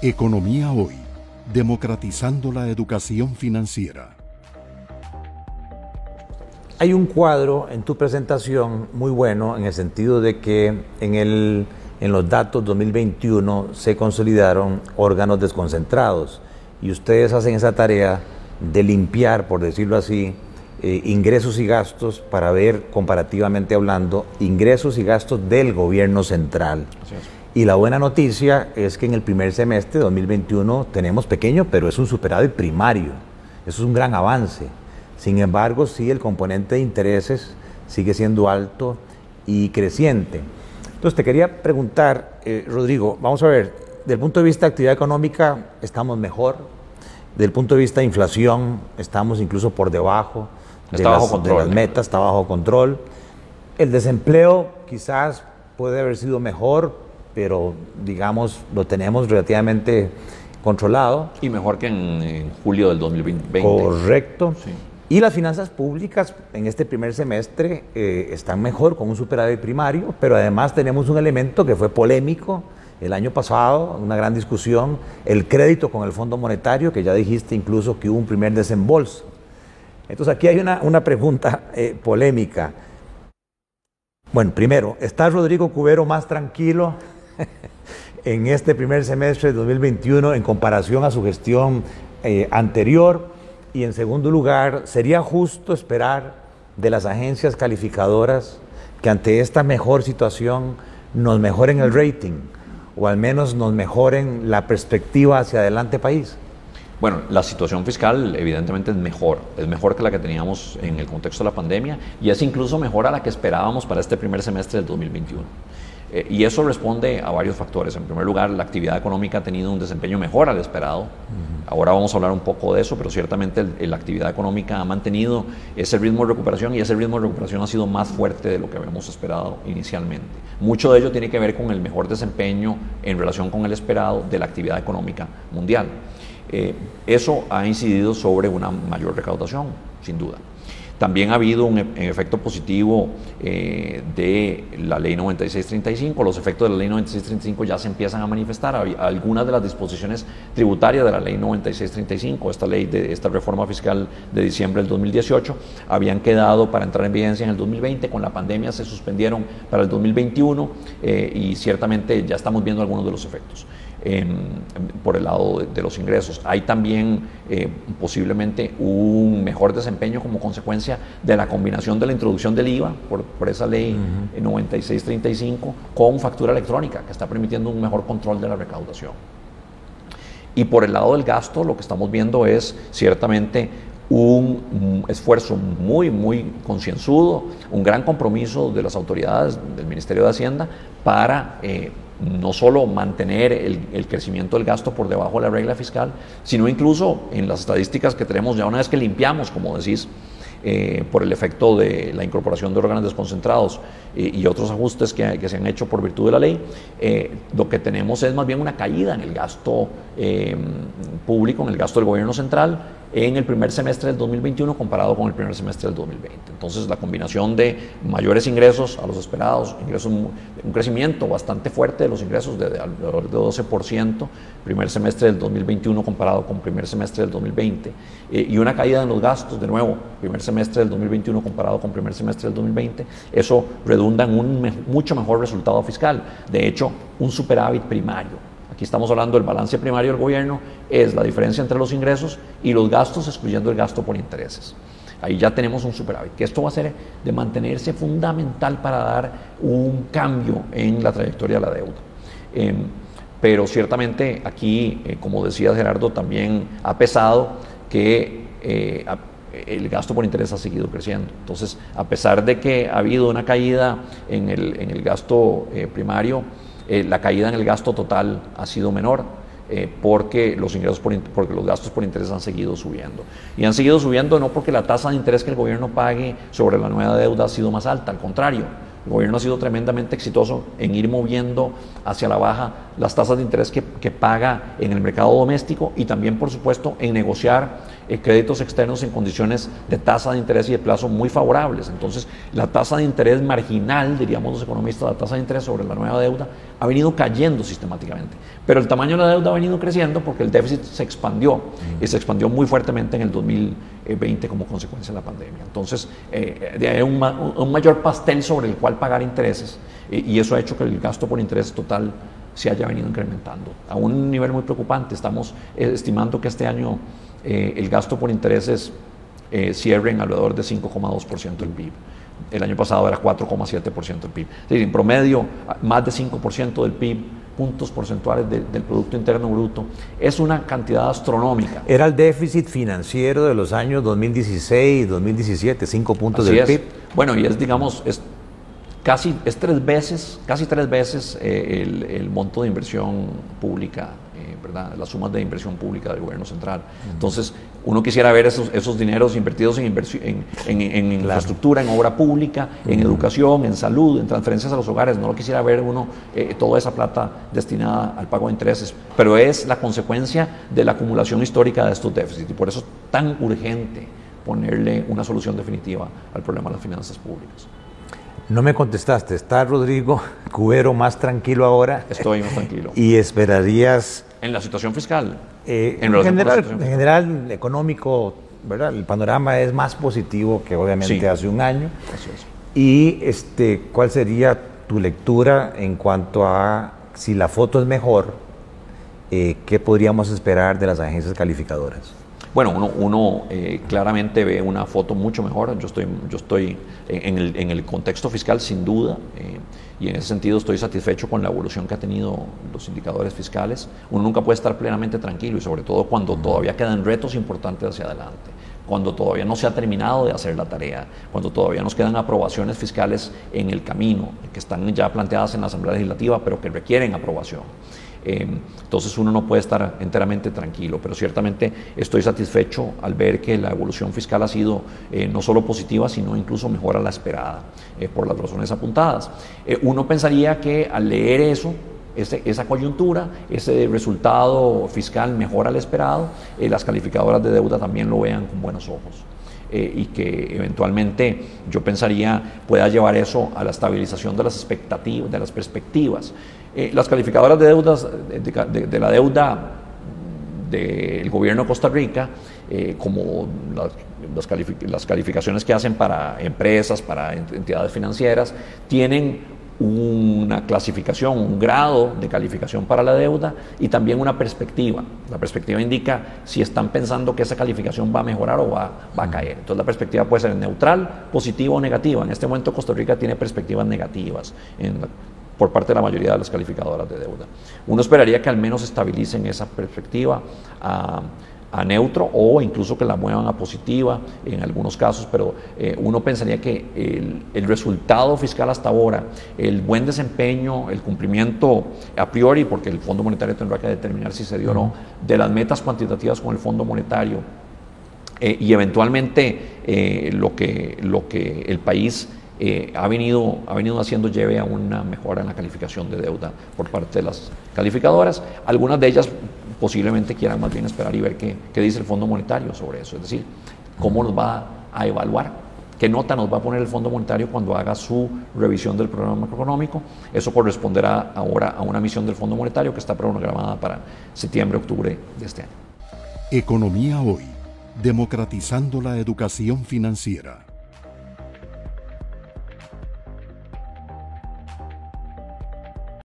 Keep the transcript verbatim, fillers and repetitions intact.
Economía Hoy, democratizando la educación financiera. Hay un cuadro en tu presentación muy bueno en el sentido de que en, el, en los datos dos mil veintiuno se consolidaron órganos desconcentrados y ustedes hacen esa tarea de limpiar, por decirlo así, eh, ingresos y gastos para ver, comparativamente hablando, ingresos y gastos del gobierno central. Así es. Y la buena noticia es que en el primer semestre de dos mil veintiuno tenemos pequeño, pero es un superávit primario. Eso es un gran avance. Sin embargo, sí, el componente de intereses sigue siendo alto y creciente. Entonces, te quería preguntar, eh, Rodrigo, vamos a ver, desde el punto de vista de actividad económica, estamos mejor. Desde el punto de vista de inflación, estamos incluso por debajo de, está las, bajo control, de las metas, está bajo control. El desempleo quizás puede haber sido mejor, pero digamos, lo tenemos relativamente controlado. Y mejor que en, en julio del dos mil veinte. Correcto. Sí. Y las finanzas públicas en este primer semestre eh, están mejor con un superávit primario, pero además tenemos un elemento que fue polémico el año pasado, una gran discusión, el crédito con el Fondo Monetario, que ya dijiste incluso que hubo un primer desembolso. Entonces aquí hay una, una pregunta eh, polémica. Bueno, primero, ¿está Rodrigo Cubero más tranquilo en este primer semestre de dos mil veintiuno en comparación a su gestión eh, anterior? Y en segundo lugar, ¿sería justo esperar de las agencias calificadoras que ante esta mejor situación nos mejoren el rating o al menos nos mejoren la perspectiva hacia adelante país? Bueno, la situación fiscal evidentemente es mejor, es mejor que la que teníamos en el contexto de la pandemia y es incluso mejor a la que esperábamos para este primer semestre del dos mil veintiuno. Eh, y eso responde a varios factores. En primer lugar, la actividad económica ha tenido un desempeño mejor al esperado. Uh-huh. Ahora vamos a hablar un poco de eso, pero ciertamente el, la actividad económica ha mantenido ese ritmo de recuperación y ese ritmo de recuperación ha sido más fuerte de lo que habíamos esperado inicialmente. Mucho de ello tiene que ver con el mejor desempeño en relación con el esperado de la actividad económica mundial. Eh, eso ha incidido sobre una mayor recaudación, sin duda. También ha habido un, un efecto positivo eh, de la ley noventa y seis treinta y cinco. Los efectos de la ley noventa y seis treinta y cinco ya se empiezan a manifestar. Algunas de las disposiciones tributarias de la ley noventa y seis treinta y cinco, esta ley de esta reforma fiscal de diciembre del dos mil dieciocho, habían quedado para entrar en vigencia en el dos mil veinte. Con la pandemia se suspendieron para el dos mil veintiuno eh, y ciertamente ya estamos viendo algunos de los efectos. Eh, por el lado de, de los ingresos. Hay también eh, posiblemente un mejor desempeño como consecuencia de la combinación de la introducción del I V A por, por esa ley uh-huh. noventa y seis treinta y cinco con factura electrónica que está permitiendo un mejor control de la recaudación. Y por el lado del gasto lo que estamos viendo es ciertamente un, un esfuerzo muy, muy concienzudo, un gran compromiso de las autoridades del Ministerio de Hacienda para eh, no solo mantener el, el crecimiento del gasto por debajo de la regla fiscal, sino incluso en las estadísticas que tenemos ya una vez que limpiamos, como decís, eh, por el efecto de la incorporación de órganos desconcentrados eh, y otros ajustes que, que se han hecho por virtud de la ley, eh, lo que tenemos es más bien una caída en el gasto eh, público, en el gasto del gobierno central, en el primer semestre del dos mil veintiuno comparado con el primer semestre del dos mil veinte. Entonces, la combinación de mayores ingresos a los esperados, ingresos, un crecimiento bastante fuerte de los ingresos de, de alrededor de doce por ciento, primer semestre del dos mil veintiuno comparado con primer semestre del dos mil veinte, eh, y una caída en los gastos, de nuevo, primer semestre del dos mil veintiuno comparado con primer semestre del dos mil veinte, eso redunda en un me mucho mejor resultado fiscal, de hecho, un superávit primario. Aquí estamos hablando del balance primario del gobierno, es la diferencia entre los ingresos y los gastos, excluyendo el gasto por intereses. Ahí ya tenemos un superávit, que esto va a ser de mantenerse fundamental para dar un cambio en la trayectoria de la deuda. Eh, pero ciertamente aquí, eh, como decía Gerardo, también ha pesado que eh, a, el gasto por interés ha seguido creciendo. Entonces, a pesar de que ha habido una caída en el, en el gasto eh, primario, Eh, la caída en el gasto total ha sido menor eh, porque, los ingresos por, porque los gastos por interés han seguido subiendo. Y han seguido subiendo no porque la tasa de interés que el gobierno pague sobre la nueva deuda ha sido más alta, al contrario, el gobierno ha sido tremendamente exitoso en ir moviendo hacia la baja las tasas de interés que, que paga en el mercado doméstico y también, por supuesto, en negociar eh, créditos externos en condiciones de tasa de interés y de plazo muy favorables. Entonces, la tasa de interés marginal, diríamos los economistas, la tasa de interés sobre la nueva deuda ha venido cayendo sistemáticamente. Pero el tamaño de la deuda ha venido creciendo porque el déficit se expandió y se expandió muy fuertemente en el dos mil veinte como consecuencia de la pandemia. Entonces, eh, hay un, ma un mayor pastel sobre el cual pagar intereses eh, y eso ha hecho que el gasto por interés total se haya venido incrementando a un nivel muy preocupante. Estamos eh, estimando que este año eh, el gasto por intereses eh, cierre en alrededor de cinco coma dos por ciento del P I B. El año pasado era cuatro coma siete por ciento del P I B. Es decir, en promedio, más de cinco por ciento del P I B, puntos porcentuales de, del Producto Interno Bruto. Es una cantidad astronómica. Era el déficit financiero de los años dos mil dieciséis, dos mil diecisiete, cinco puntos Así del es. P I B. Bueno, y es, digamos, es casi es tres veces, casi tres veces eh, el, el monto de inversión pública, eh, ¿verdad? Las sumas de inversión pública del gobierno central. Uh-huh. Entonces, uno quisiera ver esos, esos dineros invertidos en, en, en, en claro. infraestructura, en obra pública, uh-huh. en educación, en salud, en transferencias a los hogares. No lo quisiera ver uno, eh, toda esa plata destinada al pago de intereses. Pero es la consecuencia de la acumulación histórica de estos déficits. Y por eso es tan urgente ponerle una solución definitiva al problema de las finanzas públicas. No me contestaste. ¿Está Rodrigo Cubero más tranquilo ahora? Estoy más tranquilo. ¿Y esperarías...? En la situación fiscal. Eh, en, en, general, en general, económico, ¿verdad? El panorama es más positivo que obviamente sí. hace un año. Así es. Y este, ¿cuál sería tu lectura en cuanto a si la foto es mejor, eh, qué podríamos esperar de las agencias calificadoras? Bueno, uno, uno eh, claramente ve una foto mucho mejor. Yo estoy, yo estoy en, el, en el contexto fiscal sin duda eh, y en ese sentido estoy satisfecho con la evolución que ha tenido los indicadores fiscales. Uno nunca puede estar plenamente tranquilo y sobre todo cuando todavía quedan retos importantes hacia adelante, cuando todavía no se ha terminado de hacer la tarea, cuando todavía nos quedan aprobaciones fiscales en el camino, que están ya planteadas en la Asamblea Legislativa pero que requieren aprobación. Eh, entonces uno no puede estar enteramente tranquilo, pero ciertamente estoy satisfecho al ver que la evolución fiscal ha sido eh, no solo positiva, sino incluso mejor a la esperada, eh, por las razones apuntadas. Eh, uno pensaría que al leer eso, ese, esa coyuntura, ese resultado fiscal mejor al esperado, eh, las calificadoras de deuda también lo vean con buenos ojos. Eh, y que eventualmente yo pensaría pueda llevar eso a la estabilización de las expectativas, de las perspectivas. Eh, las calificadoras de deudas, de, de, de la deuda del gobierno de Costa Rica, eh, como las, las, calific las calificaciones que hacen para empresas, para entidades financieras, tienen una clasificación, un grado de calificación para la deuda y también una perspectiva. La perspectiva indica si están pensando que esa calificación va a mejorar o va, va a caer. Entonces la perspectiva puede ser neutral, positiva o negativa. En este momento Costa Rica tiene perspectivas negativas en la, por parte de la mayoría de las calificadoras de deuda. Uno esperaría que al menos estabilicen esa perspectiva a, a neutro o incluso que la muevan a positiva en algunos casos, pero eh, uno pensaría que el, el resultado fiscal hasta ahora, el buen desempeño, el cumplimiento a priori, porque el Fondo Monetario tendrá que determinar si se dio o no, de las metas cuantitativas con el Fondo Monetario eh, y eventualmente eh, lo, que, lo que el país Eh, ha, venido, ha venido haciendo lleve a una mejora en la calificación de deuda por parte de las calificadoras. Algunas de ellas posiblemente quieran más bien esperar y ver qué, qué dice el Fondo Monetario sobre eso, es decir, cómo nos va a evaluar, qué nota nos va a poner el Fondo Monetario cuando haga su revisión del programa macroeconómico. Eso corresponderá ahora a una misión del Fondo Monetario que está programada para septiembre, octubre de este año. Economía Hoy, democratizando la educación financiera.